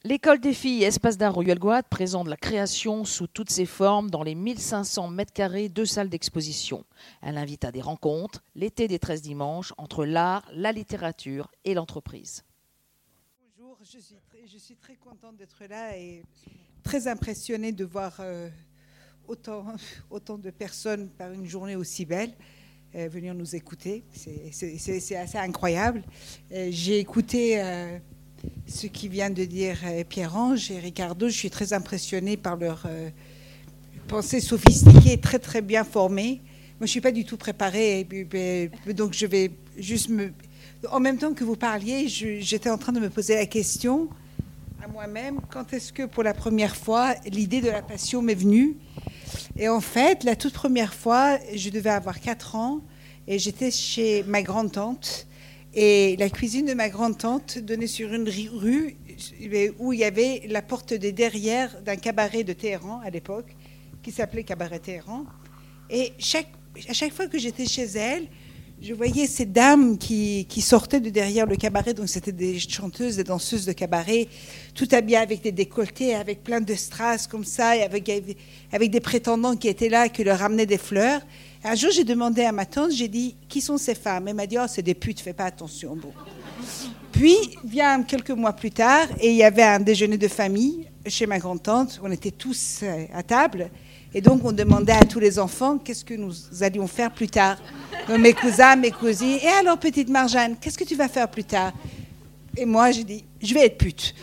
L'école des filles Espace d'art Royal-Goat présente la création sous toutes ses formes dans les 1500 mètres carrés de salles d'exposition. Elle invite à des rencontres, l'été des 13 dimanches, entre l'art, la littérature et l'entreprise. Bonjour, je suis très contente d'être là et très impressionnée de voir autant de personnes par une journée aussi belle venir nous écouter. C'est assez incroyable. J'ai écouté ce qui vient de dire Pierre-Ange et Ricardo. Je suis très impressionnée par leur pensée sophistiquée, très très bien formée. Moi, je ne suis pas du tout préparée, donc je vais juste me... En même temps que vous parliez, j'étais en train de me poser la question à moi-même, quand est-ce que pour la première fois, l'idée de la passion m'est venue? Et en fait, la toute première fois, je devais avoir 4 ans et j'étais chez ma grande-tante. Et la cuisine de ma grande-tante donnait sur une rue où il y avait la porte des derrière d'un cabaret de Téhéran à l'époque, qui s'appelait Cabaret Téhéran. Et à chaque fois que j'étais chez elle, je voyais ces dames qui sortaient de derrière le cabaret. Donc c'était des chanteuses, des danseuses de cabaret, tout habillées avec des décolletés, avec plein de strass comme ça, et avec des prétendants qui étaient là, qui leur ramenaient des fleurs. Un jour, j'ai demandé à ma tante, j'ai dit, qui sont ces femmes? Elle m'a dit, oh, c'est des putes, fais pas attention. Bon. Puis, vient quelques mois plus tard, et il y avait un déjeuner de famille chez ma grand-tante. On était tous à table. Et donc, on demandait à tous les enfants qu'est-ce que nous allions faire plus tard. Donc, mes cousins, mes cousines. Et alors, petite Marjane, qu'est-ce que tu vas faire plus tard? Et moi, j'ai dit, je vais être pute.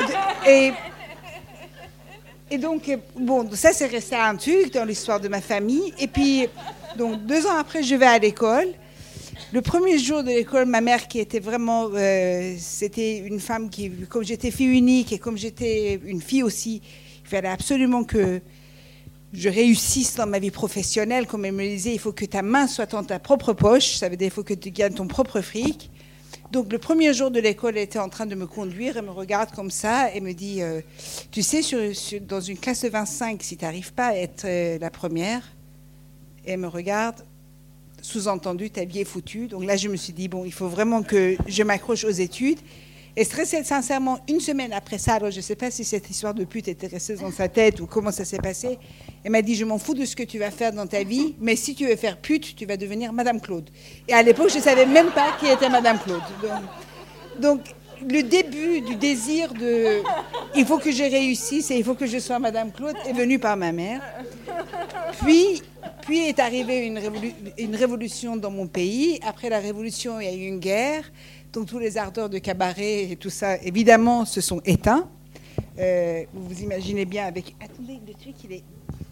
Et donc, bon, ça, c'est resté un truc dans l'histoire de ma famille. Et puis, donc, 2 ans après, je vais à l'école. Le premier jour de l'école, ma mère, qui était vraiment... c'était une femme qui, comme j'étais fille unique et comme j'étais une fille aussi, il fallait absolument que je réussisse dans ma vie professionnelle. Comme elle me disait, il faut que ta main soit dans ta propre poche. Ça veut dire qu'il faut que tu gagnes ton propre fric. Donc, le premier jour de l'école, elle était en train de me conduire. Elle me regarde comme ça et me dit, tu sais, dans une classe de 25, si tu n'arrives pas à être la première, et elle me regarde, sous-entendu, ta vie est foutue. Donc là, je me suis dit, bon, il faut vraiment que je m'accroche aux études. Et très sincèrement, une semaine après ça, alors je ne sais pas si cette histoire de pute était restée dans sa tête ou comment ça s'est passé, elle m'a dit, je m'en fous de ce que tu vas faire dans ta vie, mais si tu veux faire pute, tu vas devenir Madame Claude. Et à l'époque, je ne savais même pas qui était Madame Claude. Donc, le début du désir de « il faut que je réussisse et il faut que je sois Madame Claude » est venu par ma mère. Puis est arrivée une révolution dans mon pays. Après la révolution, il y a eu une guerre. Donc tous les ardeurs de cabaret et tout ça, évidemment, se sont éteints. Vous vous imaginez bien avec... Attendez, le truc, il est...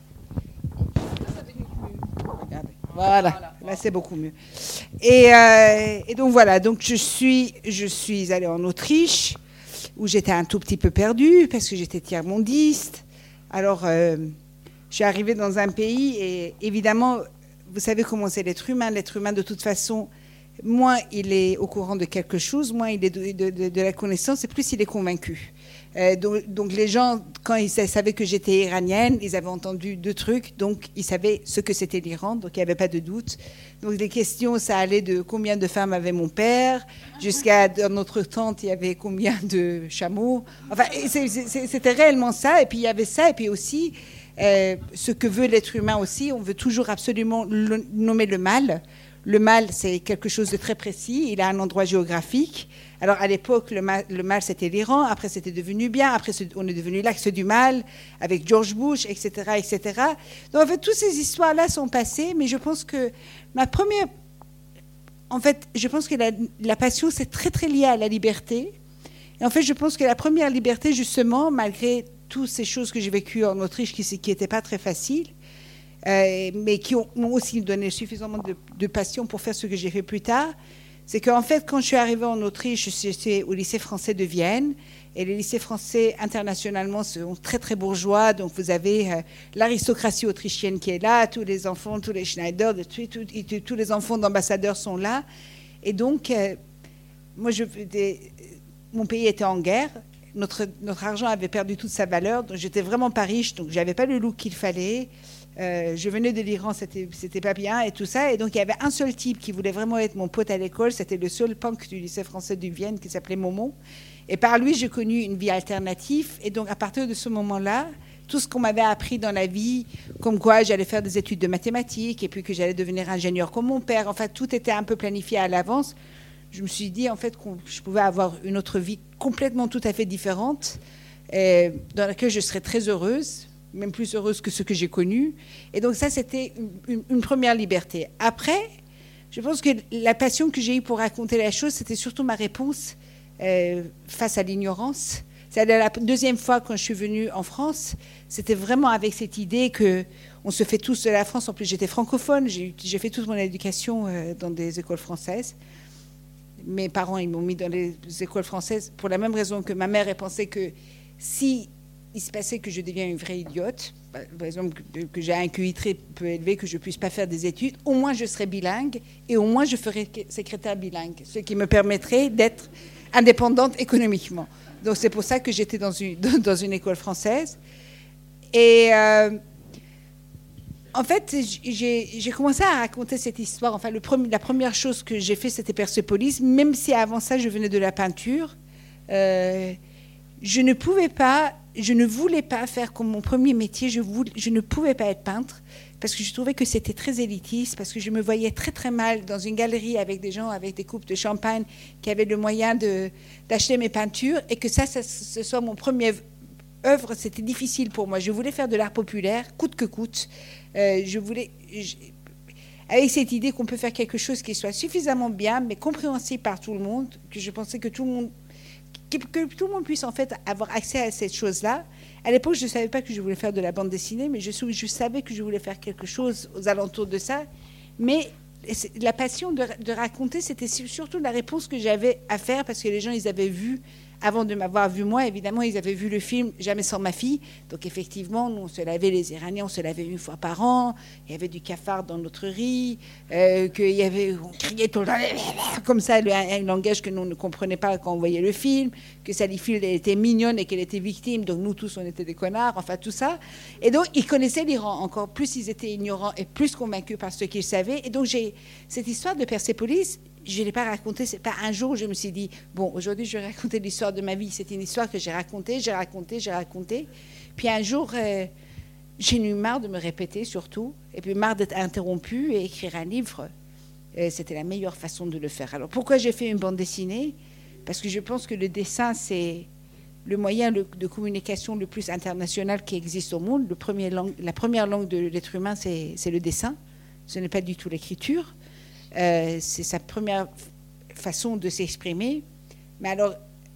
Regardez. Voilà, là c'est beaucoup mieux. Et donc voilà, donc je suis allée en Autriche, où j'étais un tout petit peu perdue, parce que j'étais tiers-mondiste. Alors, je suis arrivée dans un pays, et évidemment, vous savez comment c'est l'être humain. L'être humain, de toute façon, moins il est au courant de quelque chose, moins il est de la connaissance, et plus il est convaincu. Donc les gens, quand ils savaient que j'étais iranienne, ils avaient entendu 2 trucs, donc ils savaient ce que c'était l'Iran, donc il n'y avait pas de doute. Donc les questions, ça allait de combien de femmes avait mon père, jusqu'à dans notre tente, il y avait combien de chameaux. Enfin, c'était réellement ça, et puis il y avait ça, et puis aussi ce que veut l'être humain aussi, on veut toujours absolument nommer le mal. Le mal, c'est quelque chose de très précis, il a un endroit géographique. Alors, à l'époque, le mal, c'était l'Iran. Après, c'était devenu bien. Après, on est devenu l'axe du mal avec George Bush, etc., etc. Donc, en fait, toutes ces histoires-là sont passées. Mais je pense que je pense que la passion, c'est très, très lié à la liberté. Et en fait, je pense que la première liberté, justement, malgré toutes ces choses que j'ai vécues en Autriche qui n'étaient pas très faciles, mais qui m'ont aussi donné suffisamment de passion pour faire ce que j'ai fait plus tard, c'est qu'en fait, quand je suis arrivée en Autriche, j'étais au lycée français de Vienne. Et les lycées français, internationalement, sont très, très bourgeois. Donc, vous avez l'aristocratie autrichienne qui est là, tous les enfants, tous les Schneider, tous les enfants d'ambassadeurs sont là. Et donc, mon pays était en guerre. Notre argent avait perdu toute sa valeur. Donc, j'étais vraiment pas riche. Donc, je n'avais pas le look qu'il fallait. Je venais de l'Iran, c'était pas bien et tout ça. Et donc, il y avait un seul type qui voulait vraiment être mon pote à l'école. C'était le seul punk du lycée français de Vienne qui s'appelait Momo. Et par lui, j'ai connu une vie alternative. Et donc, à partir de ce moment-là, tout ce qu'on m'avait appris dans la vie, comme quoi j'allais faire des études de mathématiques et puis que j'allais devenir ingénieur comme mon père, enfin, tout était un peu planifié à l'avance. Je me suis dit, en fait, que je pouvais avoir une autre vie complètement tout à fait différente, dans laquelle je serais très heureuse, même plus heureuse que ce que j'ai connu. Et donc, ça, c'était une première liberté. Après, je pense que la passion que j'ai eue pour raconter la chose, c'était surtout ma réponse face à l'ignorance. C'est la deuxième fois quand je suis venue en France, c'était vraiment avec cette idée qu'on se fait tous de la France. En plus, j'étais francophone, j'ai fait toute mon éducation dans des écoles françaises. Mes parents, ils m'ont mis dans les écoles françaises pour la même raison que ma mère, elle pensait que si il se passait que je deviens une vraie idiote, par exemple que j'ai un QI très peu élevé, que je ne puisse pas faire des études, au moins je serais bilingue et au moins je ferais secrétaire bilingue, ce qui me permettrait d'être indépendante économiquement. Donc c'est pour ça que j'étais dans une école française. Et en fait, j'ai commencé à raconter cette histoire. Enfin, la première chose que j'ai fait, c'était Persépolis, même si avant ça, je venais de la peinture. Je ne voulais pas faire comme mon premier métier. Je ne pouvais pas être peintre parce que je trouvais que c'était très élitiste, parce que je me voyais très très mal dans une galerie avec des gens avec des coupes de champagne qui avaient le moyen d'acheter mes peintures et que ce soit mon premier œuvre. C'était difficile pour moi. Je voulais faire de l'art populaire, coûte que coûte. Avec cette idée qu'on peut faire quelque chose qui soit suffisamment bien, mais compréhensible par tout le monde, que je pensais que tout le monde puisse en fait avoir accès à cette chose-là. À l'époque, je ne savais pas que je voulais faire de la bande dessinée, mais je savais que je voulais faire quelque chose aux alentours de ça. Mais la passion de raconter, c'était surtout la réponse que j'avais à faire, parce que les gens, ils avaient vu, avant de m'avoir vu moi, évidemment, ils avaient vu le film Jamais sans ma fille. Donc effectivement, nous, on se lavait, les Iraniens, on se lavait une fois par an. Il y avait du cafard dans notre riz, on criait tout le temps comme ça, un langage que nous ne comprenions pas quand on voyait le film, que Sally Field, elle était mignonne et qu'elle était victime, donc nous tous, on était des connards, enfin tout ça. Et donc, ils connaissaient l'Iran encore plus, ils étaient ignorants et plus convaincus par ce qu'ils savaient. Et donc, j'ai cette histoire de Persépolis. Je ne l'ai pas racontée, c'est pas un jour où je me suis dit, bon, aujourd'hui, je vais raconter l'histoire de ma vie. C'est une histoire que j'ai racontée. Puis un jour, j'ai eu marre de me répéter, surtout, et puis marre d'être interrompue, et écrire un livre, c'était la meilleure façon de le faire. Alors, pourquoi j'ai fait une bande dessinée? Parce que je pense que le dessin, c'est le moyen de communication le plus international qui existe au monde. La première langue de l'être humain, c'est le dessin. Ce n'est pas du tout l'écriture. C'est sa première façon de s'exprimer. Mais alors,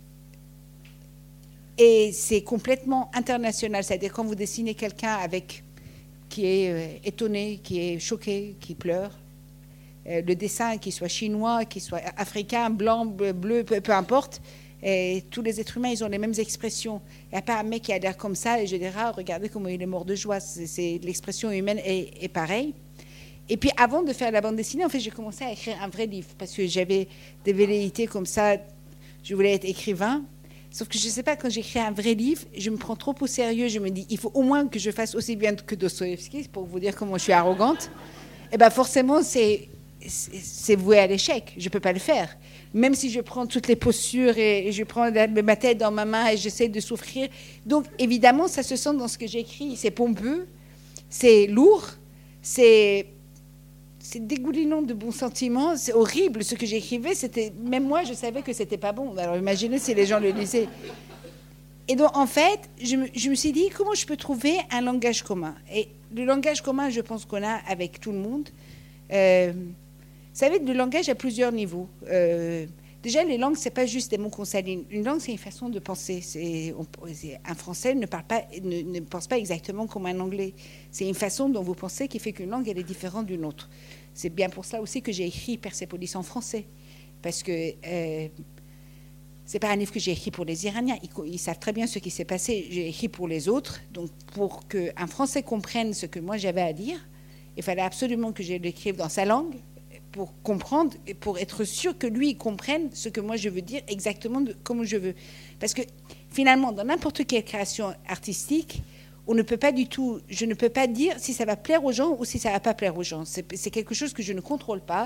et c'est complètement international. C'est-à-dire quand vous dessinez quelqu'un qui est étonné, qui est choqué, qui pleure, le dessin, qu'il soit chinois, qu'il soit africain, blanc, bleu, peu importe, et tous les êtres humains, ils ont les mêmes expressions. Il n'y a pas un mec qui a l'air comme ça et je dirais, ah, regardez comment il est mort de joie. L'expression humaine est pareille. Et puis avant de faire la bande dessinée, en fait, j'ai commencé à écrire un vrai livre parce que j'avais des velléités comme ça. Je voulais être écrivain. Sauf que je ne sais pas, quand j'écris un vrai livre, je me prends trop au sérieux. Je me dis, il faut au moins que je fasse aussi bien que Dostoïevski, pour vous dire comment je suis arrogante. Et bien forcément, c'est voué à l'échec. Je ne peux pas le faire. Même si je prends toutes les postures et je prends ma tête dans ma main et j'essaie de souffrir. Donc évidemment, ça se sent dans ce que j'écris. C'est pompeux, c'est lourd, c'est dégoulinant de bons sentiments, c'est horrible ce que j'écrivais, même moi je savais que c'était pas bon. Alors imaginez si les gens le lisaient. Et donc en fait, je me suis dit comment je peux trouver un langage commun. Et le langage commun, je pense qu'on a avec tout le monde. Vous savez, le langage a plusieurs niveaux. Déjà, les langues, c'est pas juste des mots qu'on s'aligne. Une langue, c'est une façon de penser. Un Français ne pense pas exactement comme un Anglais. C'est une façon dont vous pensez qui fait qu'une langue, elle est différente d'une autre. C'est bien pour ça aussi que j'ai écrit Persépolis en français. Parce que c'est pas un livre que j'ai écrit pour les Iraniens. Ils savent très bien ce qui s'est passé. J'ai écrit pour les autres. Donc, pour qu'un Français comprenne ce que moi j'avais à dire, il fallait absolument que je l'écrive dans sa langue, pour comprendre et pour être sûr que lui il comprenne ce que moi je veux dire exactement comme je veux. Parce que finalement, dans n'importe quelle création artistique, je ne peux pas dire si ça va plaire aux gens ou si ça ne va pas plaire aux gens. C'est quelque chose que je ne contrôle pas,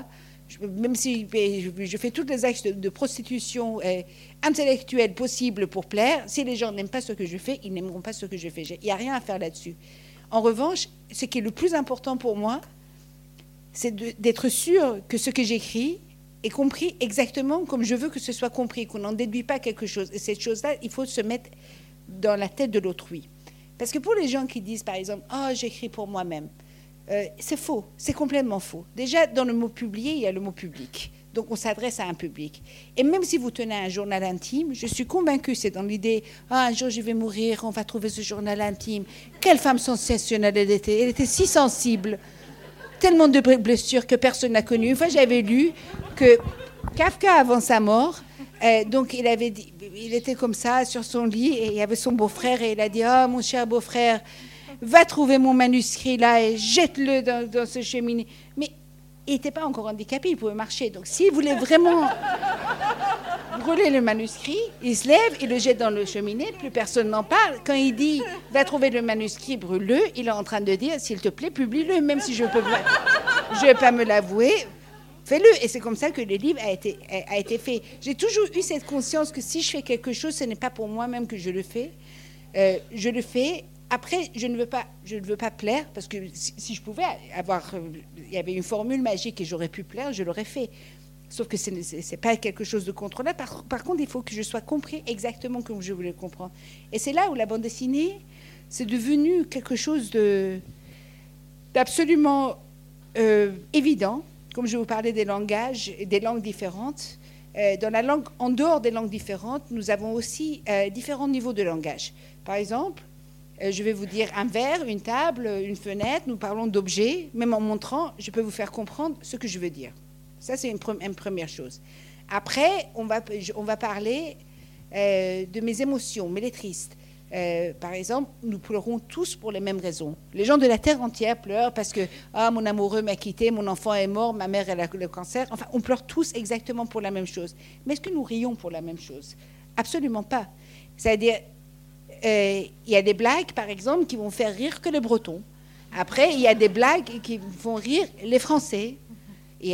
Même si je fais tous les actes de prostitution intellectuelle possible pour plaire, si les gens n'aiment pas ce que je fais, ils n'aimeront pas ce que je fais. Il n'y a rien à faire là-dessus. En revanche, ce qui est le plus important pour moi, c'est d'être sûr que ce que j'écris est compris exactement comme je veux que ce soit compris, qu'on n'en déduit pas quelque chose. Et cette chose-là, il faut se mettre dans la tête de l'autrui. Parce que pour les gens qui disent, par exemple, « Oh, j'écris pour moi-même », c'est faux, c'est complètement faux. Déjà, dans le mot publié, il y a le mot public. Donc, on s'adresse à un public. Et même si vous tenez un journal intime, je suis convaincue, c'est dans l'idée, un jour je vais mourir, on va trouver ce journal intime. Quelle femme sensationnelle elle était. Elle était si sensible. Tellement de blessures que personne n'a connues. Une fois, j'avais lu que Kafka, avant sa mort, donc il était comme ça sur son lit et il y avait son beau-frère et il a dit « Oh, mon cher beau-frère, va trouver mon manuscrit là et jette-le dans ce cheminée. » Mais il n'était pas encore handicapé, il pouvait marcher. Donc s'il voulait vraiment brûler le manuscrit, il se lève, il le jette dans le cheminée, plus personne n'en parle. Quand il dit « va trouver le manuscrit, brûle-le », il est en train de dire « s'il te plaît, publie-le, même si je ne vais pas me l'avouer, fais-le ». Et c'est comme ça que le livre a été fait. J'ai toujours eu cette conscience que si je fais quelque chose, ce n'est pas pour moi-même que je le fais. Je le fais. Après, je ne veux pas plaire, parce que si je pouvais avoir... il y avait une formule magique et j'aurais pu plaire, je l'aurais fait. Sauf que ce n'est pas quelque chose de contrôlable. Par contre, il faut que je sois compris exactement comme je voulais le comprendre. Et c'est là où la bande dessinée, c'est devenu quelque chose d'absolument évident. Comme je vous parlais des langages, des langues différentes. En dehors des langues différentes, nous avons aussi différents niveaux de langage. Par exemple, je vais vous dire un verre, une table, une fenêtre, nous parlons d'objets. Même en montrant, je peux vous faire comprendre ce que je veux dire. Ça, c'est une première chose. Après, on va parler de mes émotions, mes tristes. Par exemple, nous pleurons tous pour les mêmes raisons. Les gens de la terre entière pleurent parce que mon amoureux m'a quitté, mon enfant est mort, ma mère elle a le cancer. Enfin, on pleure tous exactement pour la même chose. Mais est-ce que nous rions pour la même chose? Absolument pas. C'est-à-dire, il y a des blagues, par exemple, qui vont faire rire que les Bretons. Après, il y a des blagues qui font rire les Français. Et il y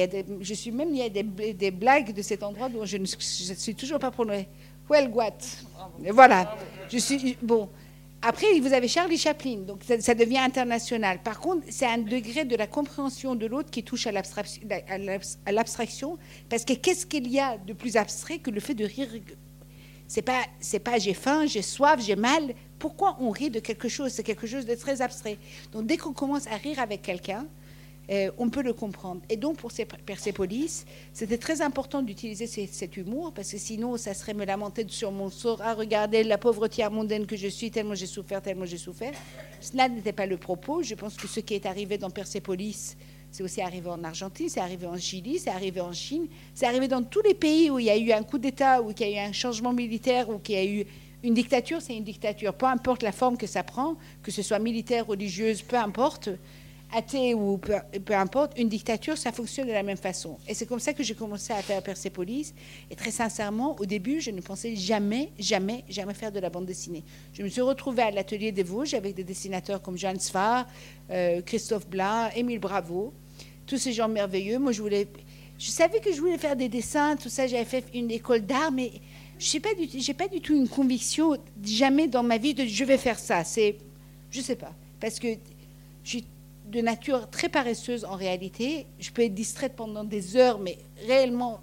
a des blagues de cet endroit dont je ne suis toujours pas prononcée. Huelguat. Voilà. Bon. Après, vous avez Charlie Chaplin, donc ça devient international. Par contre, c'est un degré de la compréhension de l'autre qui touche à l'abstraction, parce que qu'est-ce qu'il y a de plus abstrait que le fait de rire? C'est pas j'ai faim, j'ai soif, j'ai mal. Pourquoi on rit de quelque chose? C'est quelque chose de très abstrait. Donc, dès qu'on commence à rire avec quelqu'un, on peut le comprendre. Et donc, pour Persépolis, c'était très important d'utiliser cet humour, parce que sinon, ça serait me lamenter sur mon sort. Ah, regardez la pauvre tiers mondaine que je suis, tellement j'ai souffert, tellement j'ai souffert. Cela n'était pas le propos. Je pense que ce qui est arrivé dans Persépolis, c'est aussi arrivé en Argentine, c'est arrivé en Chili, c'est arrivé en Chine, c'est arrivé dans tous les pays où il y a eu un coup d'État, où il y a eu un changement militaire, où il y a eu une dictature, c'est une dictature. Peu importe la forme que ça prend, que ce soit militaire, religieuse, peu importe, athée ou peu importe, une dictature, ça fonctionne de la même façon. Et c'est comme ça que j'ai commencé à faire Persépolis. Et très sincèrement, au début, je ne pensais jamais faire de la bande dessinée. Je me suis retrouvée à l'atelier des Vosges avec des dessinateurs comme Jeanne Sfar, Christophe Blanc, Émile Bravo, tous ces gens merveilleux. Moi, je savais que je voulais faire des dessins, tout ça. J'avais fait une école d'art, mais j'ai pas du tout une conviction, jamais dans ma vie, de je vais faire ça. Je sais pas, parce que je suis de nature très paresseuse en réalité. Je peux être distraite pendant des heures, mais réellement,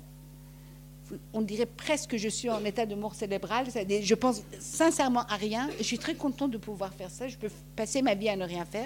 on dirait presque que je suis en état de mort cérébrale. Je pense sincèrement à rien. Et je suis très contente de pouvoir faire ça. Je peux passer ma vie à ne rien faire.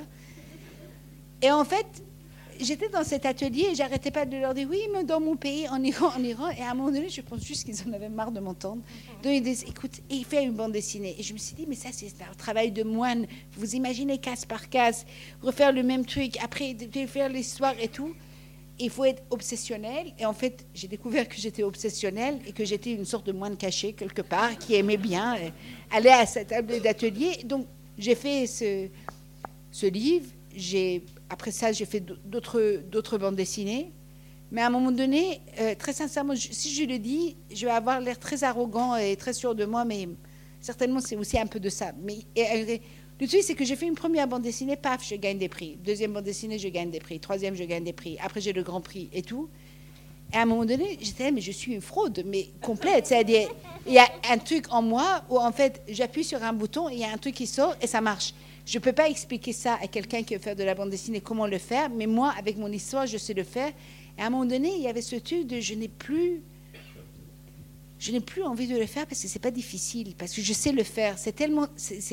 Et en fait, j'étais dans cet atelier et j'arrêtais pas de leur dire oui, mais dans mon pays, en Iran. Et à un moment donné, je pense juste qu'ils en avaient marre de m'entendre. Donc ils disent, écoute, il fait une bande dessinée. Et je me suis dit, mais ça, c'est un travail de moine. Vous imaginez case par case, refaire le même truc, après faire l'histoire et tout. Il faut être obsessionnel. Et en fait, j'ai découvert que j'étais obsessionnelle et que j'étais une sorte de moine caché quelque part qui aimait bien aller à cette table d'atelier. Donc j'ai fait ce livre. Après ça, j'ai fait d'autres bandes dessinées. Mais à un moment donné, très sincèrement, si je le dis, je vais avoir l'air très arrogant et très sûr de moi, mais certainement, c'est aussi un peu de ça. Mais le truc, c'est que j'ai fait une première bande dessinée, paf, je gagne des prix. Deuxième bande dessinée, je gagne des prix. Troisième, je gagne des prix. Après, j'ai le grand prix et tout. Et à un moment donné, j'étais là, mais je suis une fraude, mais complète. C'est-à-dire, il y a un truc en moi où, en fait, j'appuie sur un bouton, il y a un truc qui sort et ça marche. Je ne peux pas expliquer ça à quelqu'un qui veut faire de la bande dessinée, comment le faire, mais moi, avec mon histoire, je sais le faire. Et à un moment donné, il y avait ce truc de je n'ai plus envie de le faire parce que c'est pas difficile, parce que je sais le faire. C'est tellement,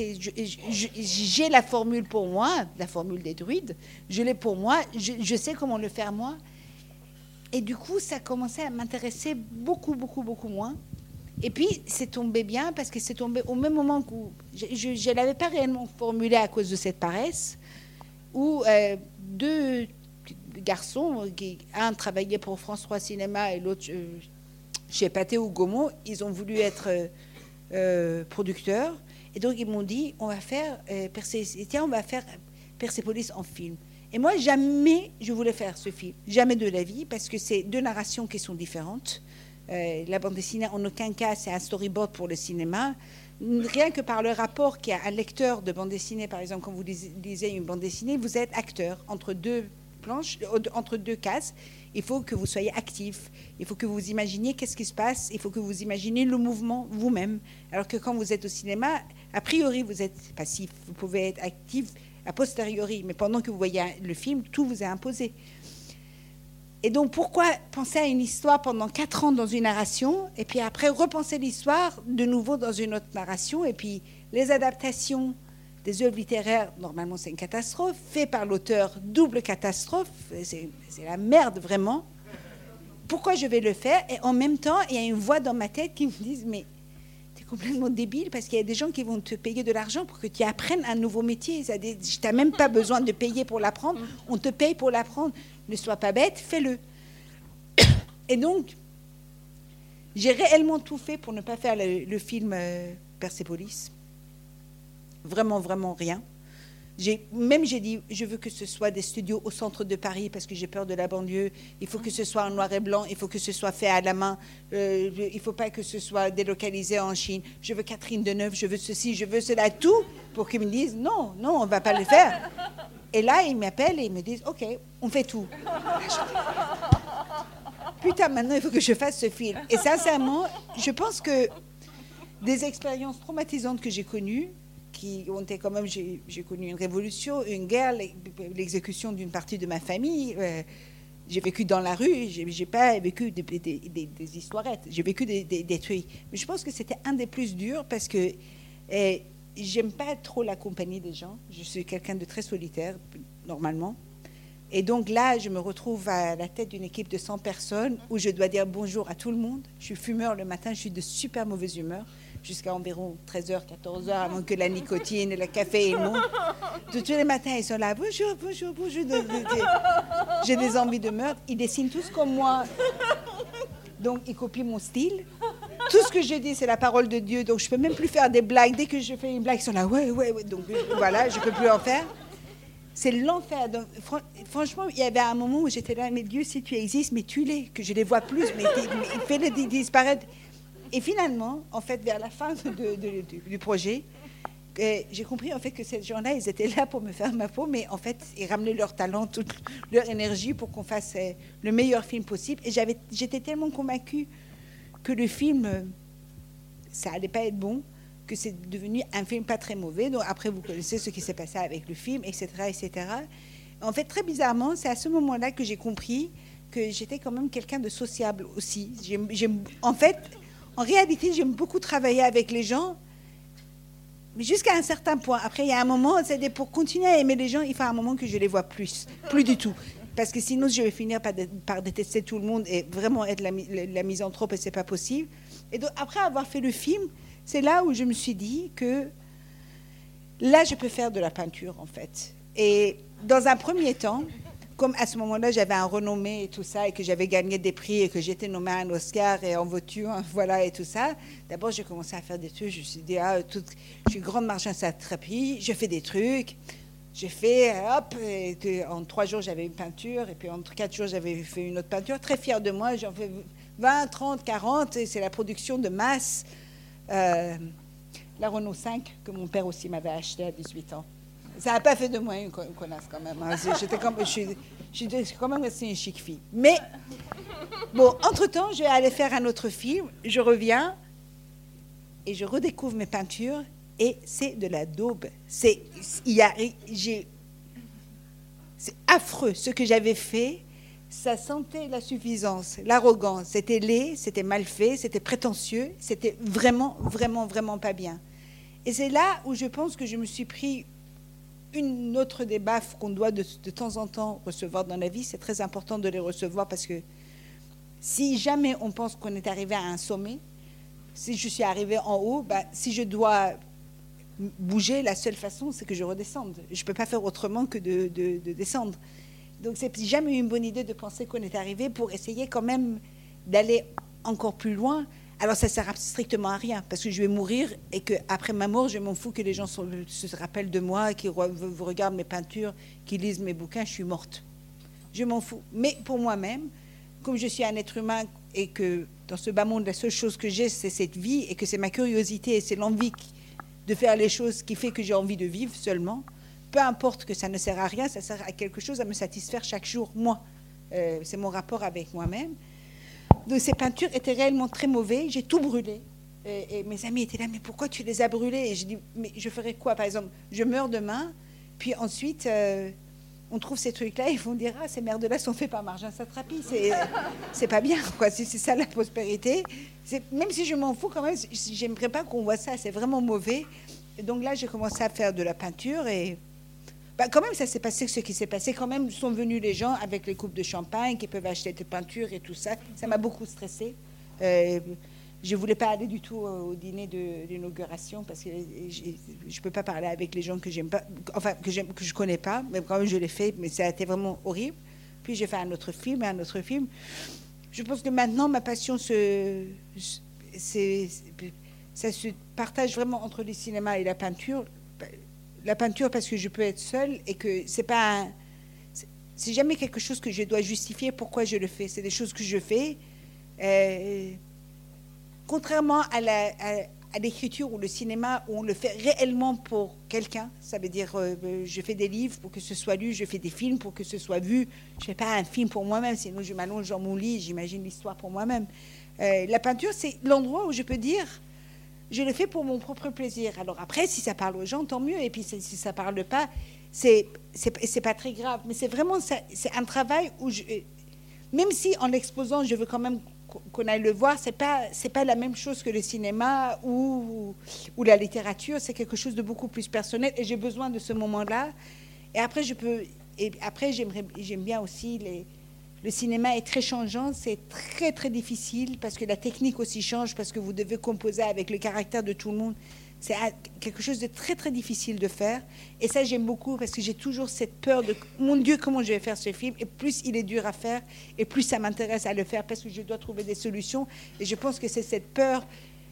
j'ai la formule pour moi, la formule des druides. Je l'ai pour moi. Je sais comment le faire moi. Et du coup, ça commençait à m'intéresser beaucoup, beaucoup, beaucoup moins. Et puis, c'est tombé bien parce que c'est tombé au même moment où je ne l'avais pas réellement formulé à cause de cette paresse, où deux garçons, un travaillait pour France 3 Cinéma et l'autre chez Pathé ou Gaumont, ils ont voulu être producteurs. Et donc, ils m'ont dit, on va faire Persépolis en film. Et moi, jamais je voulais faire ce film. Jamais de la vie, parce que c'est deux narrations qui sont différentes. La bande dessinée, en aucun cas, c'est un storyboard pour le cinéma. Rien que par le rapport qu'il y a un lecteur de bande dessinée, par exemple, quand vous lisez une bande dessinée, vous êtes acteur entre deux planches, entre deux cases. Il faut que vous soyez actif. Il faut que vous imaginiez qu'est-ce qui se passe. Il faut que vous imaginiez le mouvement vous-même. Alors que quand vous êtes au cinéma, a priori, vous êtes passif. Vous pouvez être actif a posteriori, mais pendant que vous voyez le film, tout vous est imposé. Et donc, pourquoi penser à une histoire pendant 4 ans dans une narration, et puis après repenser l'histoire de nouveau dans une autre narration, et puis les adaptations des œuvres littéraires, normalement c'est une catastrophe, fait par l'auteur, double catastrophe, c'est la merde vraiment. Pourquoi je vais le faire? Et en même temps, il y a une voix dans ma tête qui me dit, mais complètement débile, parce qu'il y a des gens qui vont te payer de l'argent pour que tu apprennes un nouveau métier. Tu n'as même pas besoin de payer pour l'apprendre, on te paye pour l'apprendre. Ne sois pas bête, fais-le. Et donc, j'ai réellement tout fait pour ne pas faire le film Persépolis. Vraiment, vraiment rien. J'ai dit, je veux que ce soit des studios au centre de Paris parce que j'ai peur de la banlieue. Il faut que ce soit en noir et blanc. Il faut que ce soit fait à la main. Il ne faut pas que ce soit délocalisé en Chine. Je veux Catherine Deneuve, je veux ceci, je veux cela, tout pour qu'ils me disent non, on ne va pas le faire. Et là, ils m'appellent et ils me disent, OK, on fait tout. Putain, maintenant, il faut que je fasse ce film. Et sincèrement, je pense que des expériences traumatisantes que j'ai connues, qui ont été quand même, j'ai connu une révolution, une guerre, l'exécution d'une partie de ma famille. J'ai vécu dans la rue, j'ai pas vécu des histoirettes, j'ai vécu des trucs. Mais je pense que c'était un des plus durs parce que j'aime pas trop la compagnie des gens. Je suis quelqu'un de très solitaire, normalement. Et donc là, je me retrouve à la tête d'une équipe de 100 personnes où je dois dire bonjour à tout le monde. Je suis fumeur le matin, je suis de super mauvaise humeur. Jusqu'à environ 13h, 14h, avant que la nicotine et le café ils montent. Tous les matins, ils sont là, bonjour. J'ai des envies de meurtre. Ils dessinent tous comme moi. Donc, ils copient mon style. Tout ce que je dis, c'est la parole de Dieu. Donc, je ne peux même plus faire des blagues. Dès que je fais une blague, ils sont là, ouais. Donc, voilà, je ne peux plus en faire. C'est l'enfer. Donc, franchement, il y avait un moment où j'étais là, mais Dieu, si tu existes, mais tue-les, que je les vois plus, mais fais-les disparaître. Et finalement, en fait, vers la fin du projet, j'ai compris en fait que ces gens-là, ils étaient là pour me faire ma peau, mais en fait, ils ramenaient leur talent, toute leur énergie pour qu'on fasse le meilleur film possible. Et j'étais tellement convaincue que le film, ça allait pas être bon, que c'est devenu un film pas très mauvais. Donc après, vous connaissez ce qui s'est passé avec le film, etc., etc. En fait, très bizarrement, c'est à ce moment-là que j'ai compris que j'étais quand même quelqu'un de sociable aussi. En réalité, j'aime beaucoup travailler avec les gens, mais jusqu'à un certain point. Après, il y a un moment, pour continuer à aimer les gens, il faut un moment que je les vois plus du tout. Parce que sinon, je vais finir par détester tout le monde et vraiment être la misanthrope et c'est pas possible. Et donc, après avoir fait le film, c'est là où je me suis dit que là, je peux faire de la peinture, en fait. Et dans un premier temps, comme à ce moment-là, j'avais un renommé et tout ça, et que j'avais gagné des prix, et que j'étais nommée à un Oscar, et en voiture, voilà, et tout ça, d'abord, j'ai commencé à faire des trucs. Je me suis dit, je suis grande marchande à Trappi, je fais des trucs. J'ai fait, en 3 jours, j'avais une peinture, et puis en 4 jours, j'avais fait une autre peinture. Très fière de moi, j'en fais 20, 30, 40, et c'est la production de masse. La Renault 5, que mon père aussi m'avait acheté à 18 ans. Ça n'a pas fait de moi une connasse quand même. Hein. Je suis quand même restée une chic fille. Mais bon, entre-temps, je vais aller faire un autre film. Je reviens et je redécouvre mes peintures et c'est de la daube. C'est affreux ce que j'avais fait. Ça sentait la suffisance, l'arrogance. C'était laid, c'était mal fait, c'était prétentieux. C'était vraiment, vraiment, vraiment pas bien. Et c'est là où je pense que je me suis pris une autre des baffes qu'on doit de temps en temps recevoir dans la vie. C'est très important de les recevoir parce que si jamais on pense qu'on est arrivé à un sommet, si je suis arrivée en haut, si je dois bouger, la seule façon, c'est que je redescende. Je ne peux pas faire autrement que de descendre. Donc, c'est jamais une bonne idée de penser qu'on est arrivé pour essayer quand même d'aller encore plus loin. Alors, ça ne sert strictement à rien, parce que je vais mourir et qu'après ma mort, je m'en fous que les gens se rappellent de moi, qu'ils regardent mes peintures, qu'ils lisent mes bouquins, je suis morte. Je m'en fous. Mais pour moi-même, comme je suis un être humain et que dans ce bas monde, la seule chose que j'ai, c'est cette vie et que c'est ma curiosité et c'est l'envie de faire les choses qui fait que j'ai envie de vivre seulement, peu importe que ça ne sert à rien, ça sert à quelque chose à me satisfaire chaque jour, moi. C'est mon rapport avec moi-même. Donc ces peintures étaient réellement très mauvaises, j'ai tout brûlé. Et mes amis étaient là, mais pourquoi tu les as brûlées? Et je dis, mais je ferais quoi? Par exemple, je meurs demain, puis ensuite, on trouve ces trucs-là, ils vont dire, ah, ces merdes-là sont faites par Marjane Satrapi. C'est pas bien, quoi. C'est ça la prospérité. Même si je m'en fous quand même, j'aimerais pas qu'on voit ça, c'est vraiment mauvais. Et donc là, j'ai commencé à faire de la peinture et... quand même, ça s'est passé ce qui s'est passé. Quand même, sont venus les gens avec les coupes de champagne qui peuvent acheter des peintures et tout ça. Ça m'a beaucoup stressée. Je ne voulais pas aller du tout au dîner d'inauguration parce que je ne peux pas parler avec les gens que j'aime pas, enfin que je ne connais pas, mais quand même je l'ai fait, mais ça a été vraiment horrible. Puis j'ai fait un autre film et un autre film. Je pense que maintenant, ma passion ça se partage vraiment entre le cinéma et la peinture. La peinture parce que je peux être seule et que c'est jamais quelque chose que je dois justifier pourquoi je le fais. C'est des choses que je fais. Contrairement à l'écriture ou le cinéma où on le fait réellement pour quelqu'un, ça veut dire je fais des livres pour que ce soit lu, je fais des films pour que ce soit vu. Je fais pas un film pour moi-même, sinon je m'allonge dans mon lit, j'imagine l'histoire pour moi-même. La peinture, c'est l'endroit où je peux dire je le fais pour mon propre plaisir. Alors après, si ça parle aux gens, tant mieux. Et puis si ça parle pas, c'est pas très grave. Mais c'est vraiment c'est un travail où même si en l'exposant, je veux quand même qu'on aille le voir, c'est pas la même chose que le cinéma ou la littérature. C'est quelque chose de beaucoup plus personnel. Et j'ai besoin de ce moment-là. Et après, j'aime bien aussi le cinéma est très changeant, c'est très très difficile parce que la technique aussi change, parce que vous devez composer avec le caractère de tout le monde. C'est quelque chose de très très difficile de faire. Et ça j'aime beaucoup parce que j'ai toujours cette peur de mon Dieu, comment je vais faire ce film. Et plus il est dur à faire, et plus ça m'intéresse à le faire parce que je dois trouver des solutions. Et je pense que c'est cette peur,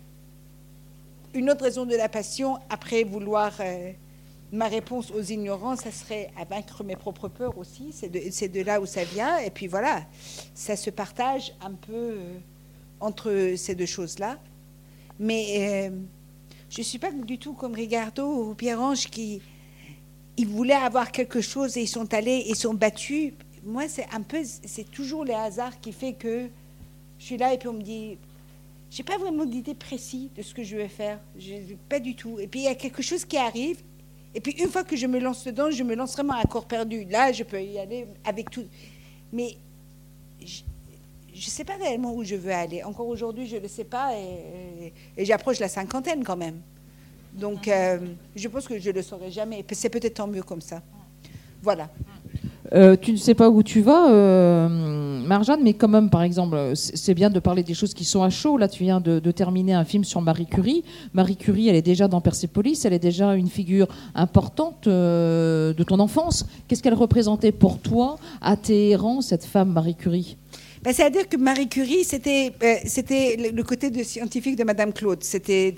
une autre raison de la passion, après vouloir... ma réponse aux ignorants, ça serait à vaincre mes propres peurs aussi. C'est de là où ça vient. Et puis voilà, ça se partage un peu entre ces deux choses-là. Mais je ne suis pas du tout comme Ricardo ou Pierre-Ange qui ils voulaient avoir quelque chose et ils sont allés, ils sont battus. Moi, c'est toujours le hasard qui fait que je suis là et puis on me dit... Je n'ai pas vraiment d'idée précise de ce que je vais faire. Pas du tout. Et puis il y a quelque chose qui arrive. Et puis, une fois que je me lance dedans, je me lance vraiment à corps perdu. Là, je peux y aller avec tout. Mais je ne sais pas réellement où je veux aller. Encore aujourd'hui, je ne le sais pas. Et j'approche la cinquantaine quand même. Donc, je pense que je ne le saurai jamais. C'est peut-être tant mieux comme ça. Voilà. Tu ne sais pas où tu vas, Marjane, mais quand même, par exemple, c'est bien de parler des choses qui sont à chaud. Là, tu viens de terminer un film sur Marie Curie. Marie Curie, elle est déjà dans Persépolis, elle est déjà une figure importante de ton enfance. Qu'est-ce qu'elle représentait pour toi, à Téhéran, cette femme Marie Curie? C'est-à-dire que Marie Curie, c'était le côté de scientifique de Madame Claude. C'était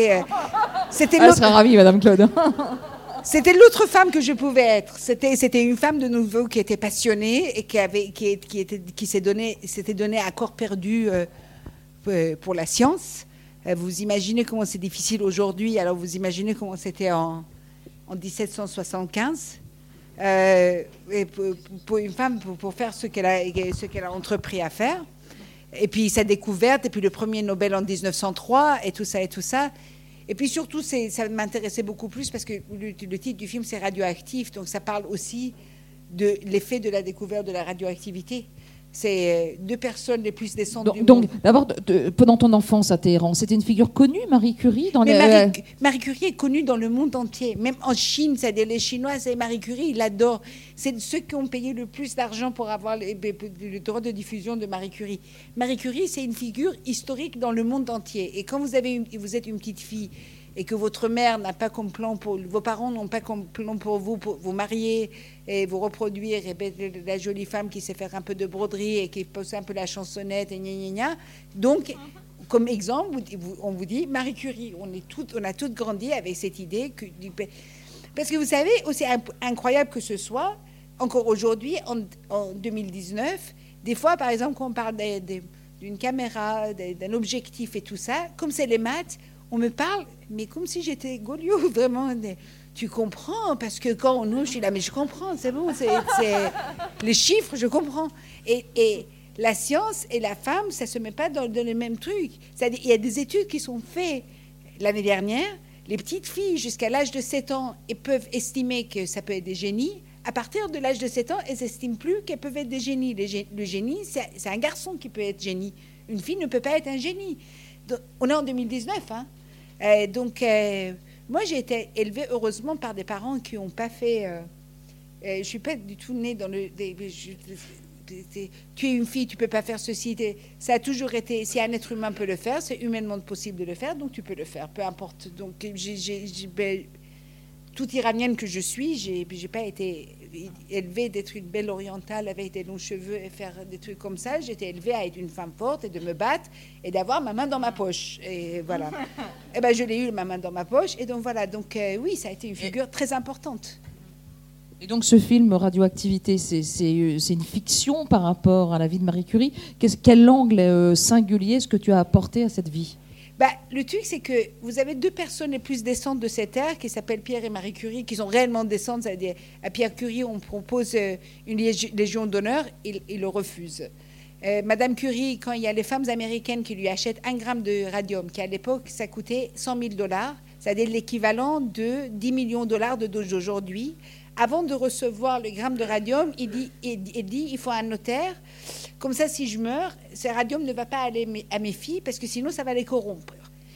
Elle sera ravie, Madame Claude. C'était l'autre femme que je pouvais être. C'était une femme de nouveau qui était passionnée et qui s'était donnée à corps perdu pour la science. Vous imaginez comment c'est difficile aujourd'hui. Alors vous imaginez comment c'était en en 1775. Et pour une femme, pour faire ce qu'elle a entrepris à faire. Et puis sa découverte, et puis le premier Nobel en 1903, et tout ça, et tout ça. Et puis surtout, ça m'intéressait beaucoup plus parce que le titre du film, c'est Radioactif, donc ça parle aussi de l'effet de la découverte de la radioactivité. C'est 2 personnes les plus décentes du monde. Donc, d'abord, pendant ton enfance à Téhéran, c'était une figure connue, Marie Curie Marie Curie est connue dans le monde entier. Même en Chine, c'est-à-dire les Chinois, c'est Marie Curie, ils l'adorent. C'est ceux qui ont payé le plus d'argent pour avoir le droit de diffusion de Marie Curie. Marie Curie, c'est une figure historique dans le monde entier. Et quand vous êtes une petite fille et que votre mère n'a pas comme plan pour... Vos parents n'ont pas comme plan pour vous marier et vous reproduire, et la jolie femme qui sait faire un peu de broderie et qui pose un peu la chansonnette, et gna gna gna. Donc, comme exemple, on vous dit Marie Curie. On a toutes grandi avec cette idée. Parce que vous savez, aussi incroyable que ce soit, encore aujourd'hui, en 2019, des fois, par exemple, quand on parle d'une caméra, d'un objectif et tout ça, comme c'est les maths, on me parle, mais comme si j'étais Goliot, vraiment. Tu comprends, parce que quand je suis là, mais je comprends, c'est bon, c'est les chiffres, je comprends. Et la science et la femme, ça ne se met pas dans le même truc. C'est-à-dire, il y a des études qui sont faites l'année dernière. Les petites filles, jusqu'à l'âge de 7 ans, elles peuvent estimer que ça peut être des génies. À partir de l'âge de 7 ans, elles n'estiment plus qu'elles peuvent être des génies. Le génie, c'est un garçon qui peut être génie. Une fille ne peut pas être un génie. Donc, on est en 2019, hein. Moi, j'ai été élevée, heureusement, par des parents qui n'ont pas fait... je ne suis pas du tout née dans le... tu es une fille, tu ne peux pas faire ceci. Ça a toujours été... Si un être humain peut le faire, c'est humainement possible de le faire, donc tu peux le faire, peu importe. Donc, toute iranienne que je suis, j'ai pas été élevée d'être une belle orientale avec des longs cheveux et faire des trucs comme ça. J'ai été élevée à être une femme forte et de me battre et d'avoir ma main dans ma poche. Et voilà. Et ben, je l'ai eu, ma main dans ma poche. Et donc voilà. Donc oui, ça a été une figure très importante. Et donc ce film Radioactivité, c'est une fiction par rapport à la vie de Marie Curie. Quel angle singulier est-ce que tu as apporté à cette vie ? Le truc, c'est que vous avez 2 personnes les plus décentes de cette ère qui s'appellent Pierre et Marie Curie, qui sont réellement décentes. C'est-à-dire, à Pierre Curie, on propose une légion d'honneur, il le refuse. Madame Curie, quand il y a les femmes américaines qui lui achètent 1 gramme de radium, qui à l'époque, ça coûtait $100 000, c'est-à-dire l'équivalent de 10 millions de dollars d'aujourd'hui, avant de recevoir le gramme de radium, il dit il faut un notaire. Comme ça, si je meurs, ce radium ne va pas aller à mes filles parce que sinon, ça va les corrompre.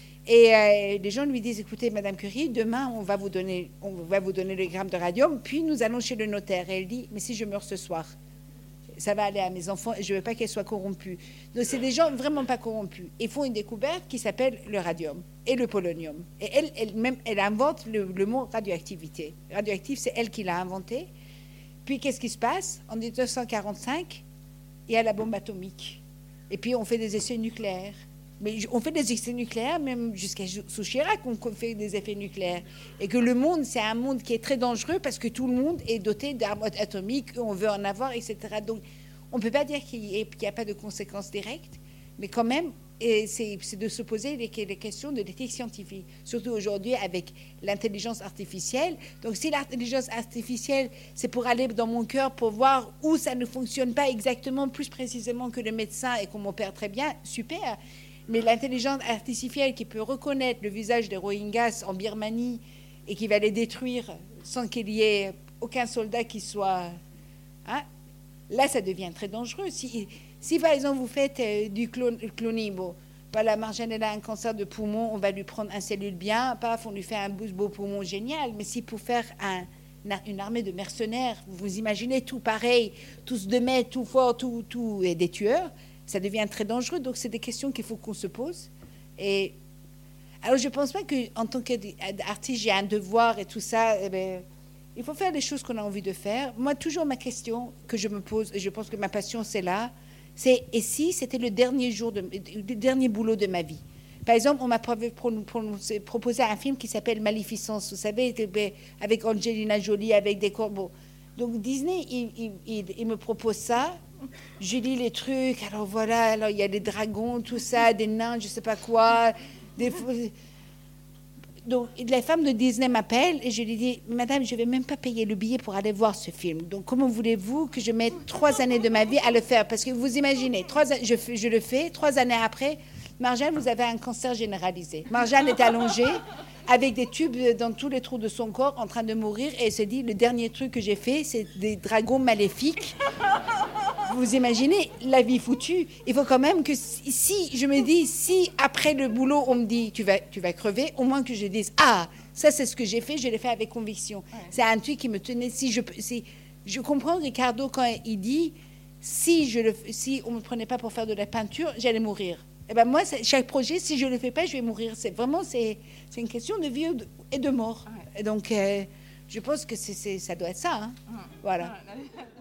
Et les gens lui disent, écoutez, Madame Curie, demain, on va vous donner le gramme de radium, puis nous allons chez le notaire. Et elle dit, mais si je meurs ce soir, ça va aller à mes enfants et je ne veux pas qu'elles soient corrompues. Donc, c'est des gens vraiment pas corrompus. Ils font une découverte qui s'appelle le radium et le polonium. Et elle invente le mot radioactivité. Radioactif, c'est elle qui l'a inventé. Puis, qu'est-ce qui se passe ? En 1945, il y a la bombe atomique. Et puis, on fait des essais nucléaires. Mais on fait des essais nucléaires, même jusqu'à sous Chirac, on fait des effets nucléaires. Et que le monde, c'est un monde qui est très dangereux parce que tout le monde est doté d'armes atomiques, on veut en avoir, etc. Donc, on ne peut pas dire qu'il n'y a pas de conséquences directes, mais quand même, c'est de se poser les questions de l'éthique scientifique, surtout aujourd'hui avec l'intelligence artificielle. Donc, si l'intelligence artificielle, c'est pour aller dans mon cœur, pour voir où ça ne fonctionne pas exactement, plus précisément que le médecin et qu'on m'opère très bien, super. Mais l'intelligence artificielle qui peut reconnaître le visage des Rohingyas en Birmanie et qui va les détruire sans qu'il y ait aucun soldat qui soit... Hein, là, ça devient très dangereux. Si par exemple, vous faites du cloning, bon, la Marjane, elle a un cancer de poumon, on va lui prendre un cellule bien, paf, on lui fait un beau poumon génial. Mais si pour faire une armée de mercenaires, vous imaginez tout pareil, tous 2 mètres, tout fort, tout et des tueurs, ça devient très dangereux. Donc, c'est des questions qu'il faut qu'on se pose. Et alors, je ne pense pas qu'en tant qu'artiste, j'ai un devoir et tout ça. Eh bien, il faut faire les choses qu'on a envie de faire. Moi, toujours ma question que je me pose, et je pense que ma passion, c'est là, c'est et si c'était le dernier boulot de ma vie. Par exemple, on m'a proposé un film qui s'appelle Maléficence, vous savez, avec Angelina Jolie, avec des corbeaux. Donc, Disney, il me propose ça. Je lis les trucs, alors voilà, alors il y a des dragons, tout ça, des nains, je sais pas quoi. donc, la femme de Disney m'appelle et je lui dis, madame, je ne vais même pas payer le billet pour aller voir ce film. Donc, comment voulez-vous que je mette 3 années de ma vie à le faire? Parce que vous imaginez, je le fais, 3 années après, Marjane, vous avez un cancer généralisé. Marjane est allongée avec des tubes dans tous les trous de son corps en train de mourir et elle se dit, le dernier truc que j'ai fait, c'est des dragons maléfiques. Vous imaginez la vie foutue. Il faut quand même que si je me dis, si après le boulot on me dit tu vas crever, au moins que je dise ça c'est ce que j'ai fait, je l'ai fait avec conviction. Ouais. C'est un truc qui me tenait. Si je comprends Ricardo quand il dit si on me prenait pas pour faire de la peinture, j'allais mourir. Et ben moi chaque projet, si je le fais pas, je vais mourir. C'est une question de vie et de mort. Ouais. Et donc je pense que ça doit être ça. Hein. Voilà.